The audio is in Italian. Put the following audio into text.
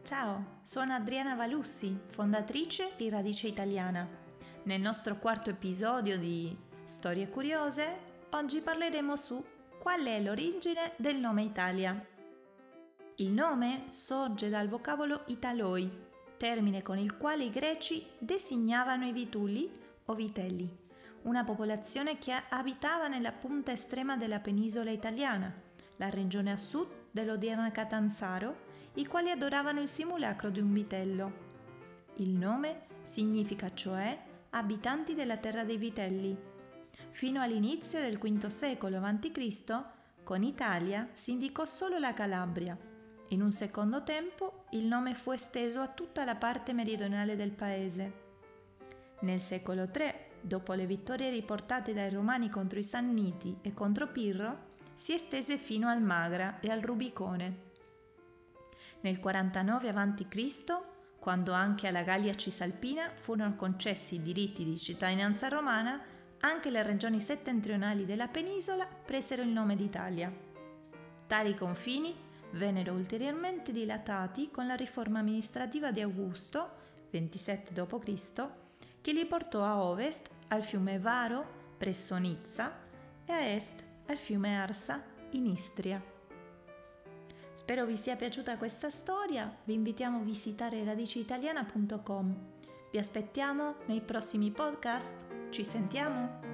Ciao, sono Adriana Valussi, fondatrice di Radice Italiana. Nel nostro quarto episodio di Storie Curiose, oggi parleremo su qual è l'origine del nome Italia. Il nome sorge dal vocabolo Italoi, termine con il quale i greci designavano i Vitulli o Vitelli, una popolazione che abitava nella punta estrema della penisola italiana, la regione a sud dell'odierna Catanzaro, i quali adoravano il simulacro di un vitello. Il nome significa cioè abitanti della terra dei Vitelli. Fino all'inizio del V secolo a.C., con Italia si indicò solo la Calabria. In un secondo tempo il nome fu esteso a tutta la parte meridionale del paese. Nel secolo III, dopo le vittorie riportate dai Romani contro i Sanniti e contro Pirro, si estese fino al Magra e al Rubicone. Nel 49 a.C., quando anche alla Gallia Cisalpina furono concessi i diritti di cittadinanza romana, anche le regioni settentrionali della penisola presero il nome d'Italia. Tali confini vennero ulteriormente dilatati con la riforma amministrativa di Augusto, 27 d.C., che li portò a ovest al fiume Varo presso Nizza e a est al fiume Arsa in Istria. Spero vi sia piaciuta questa storia, vi invitiamo a visitare radiciitaliana.com. Vi aspettiamo nei prossimi podcast, ci sentiamo!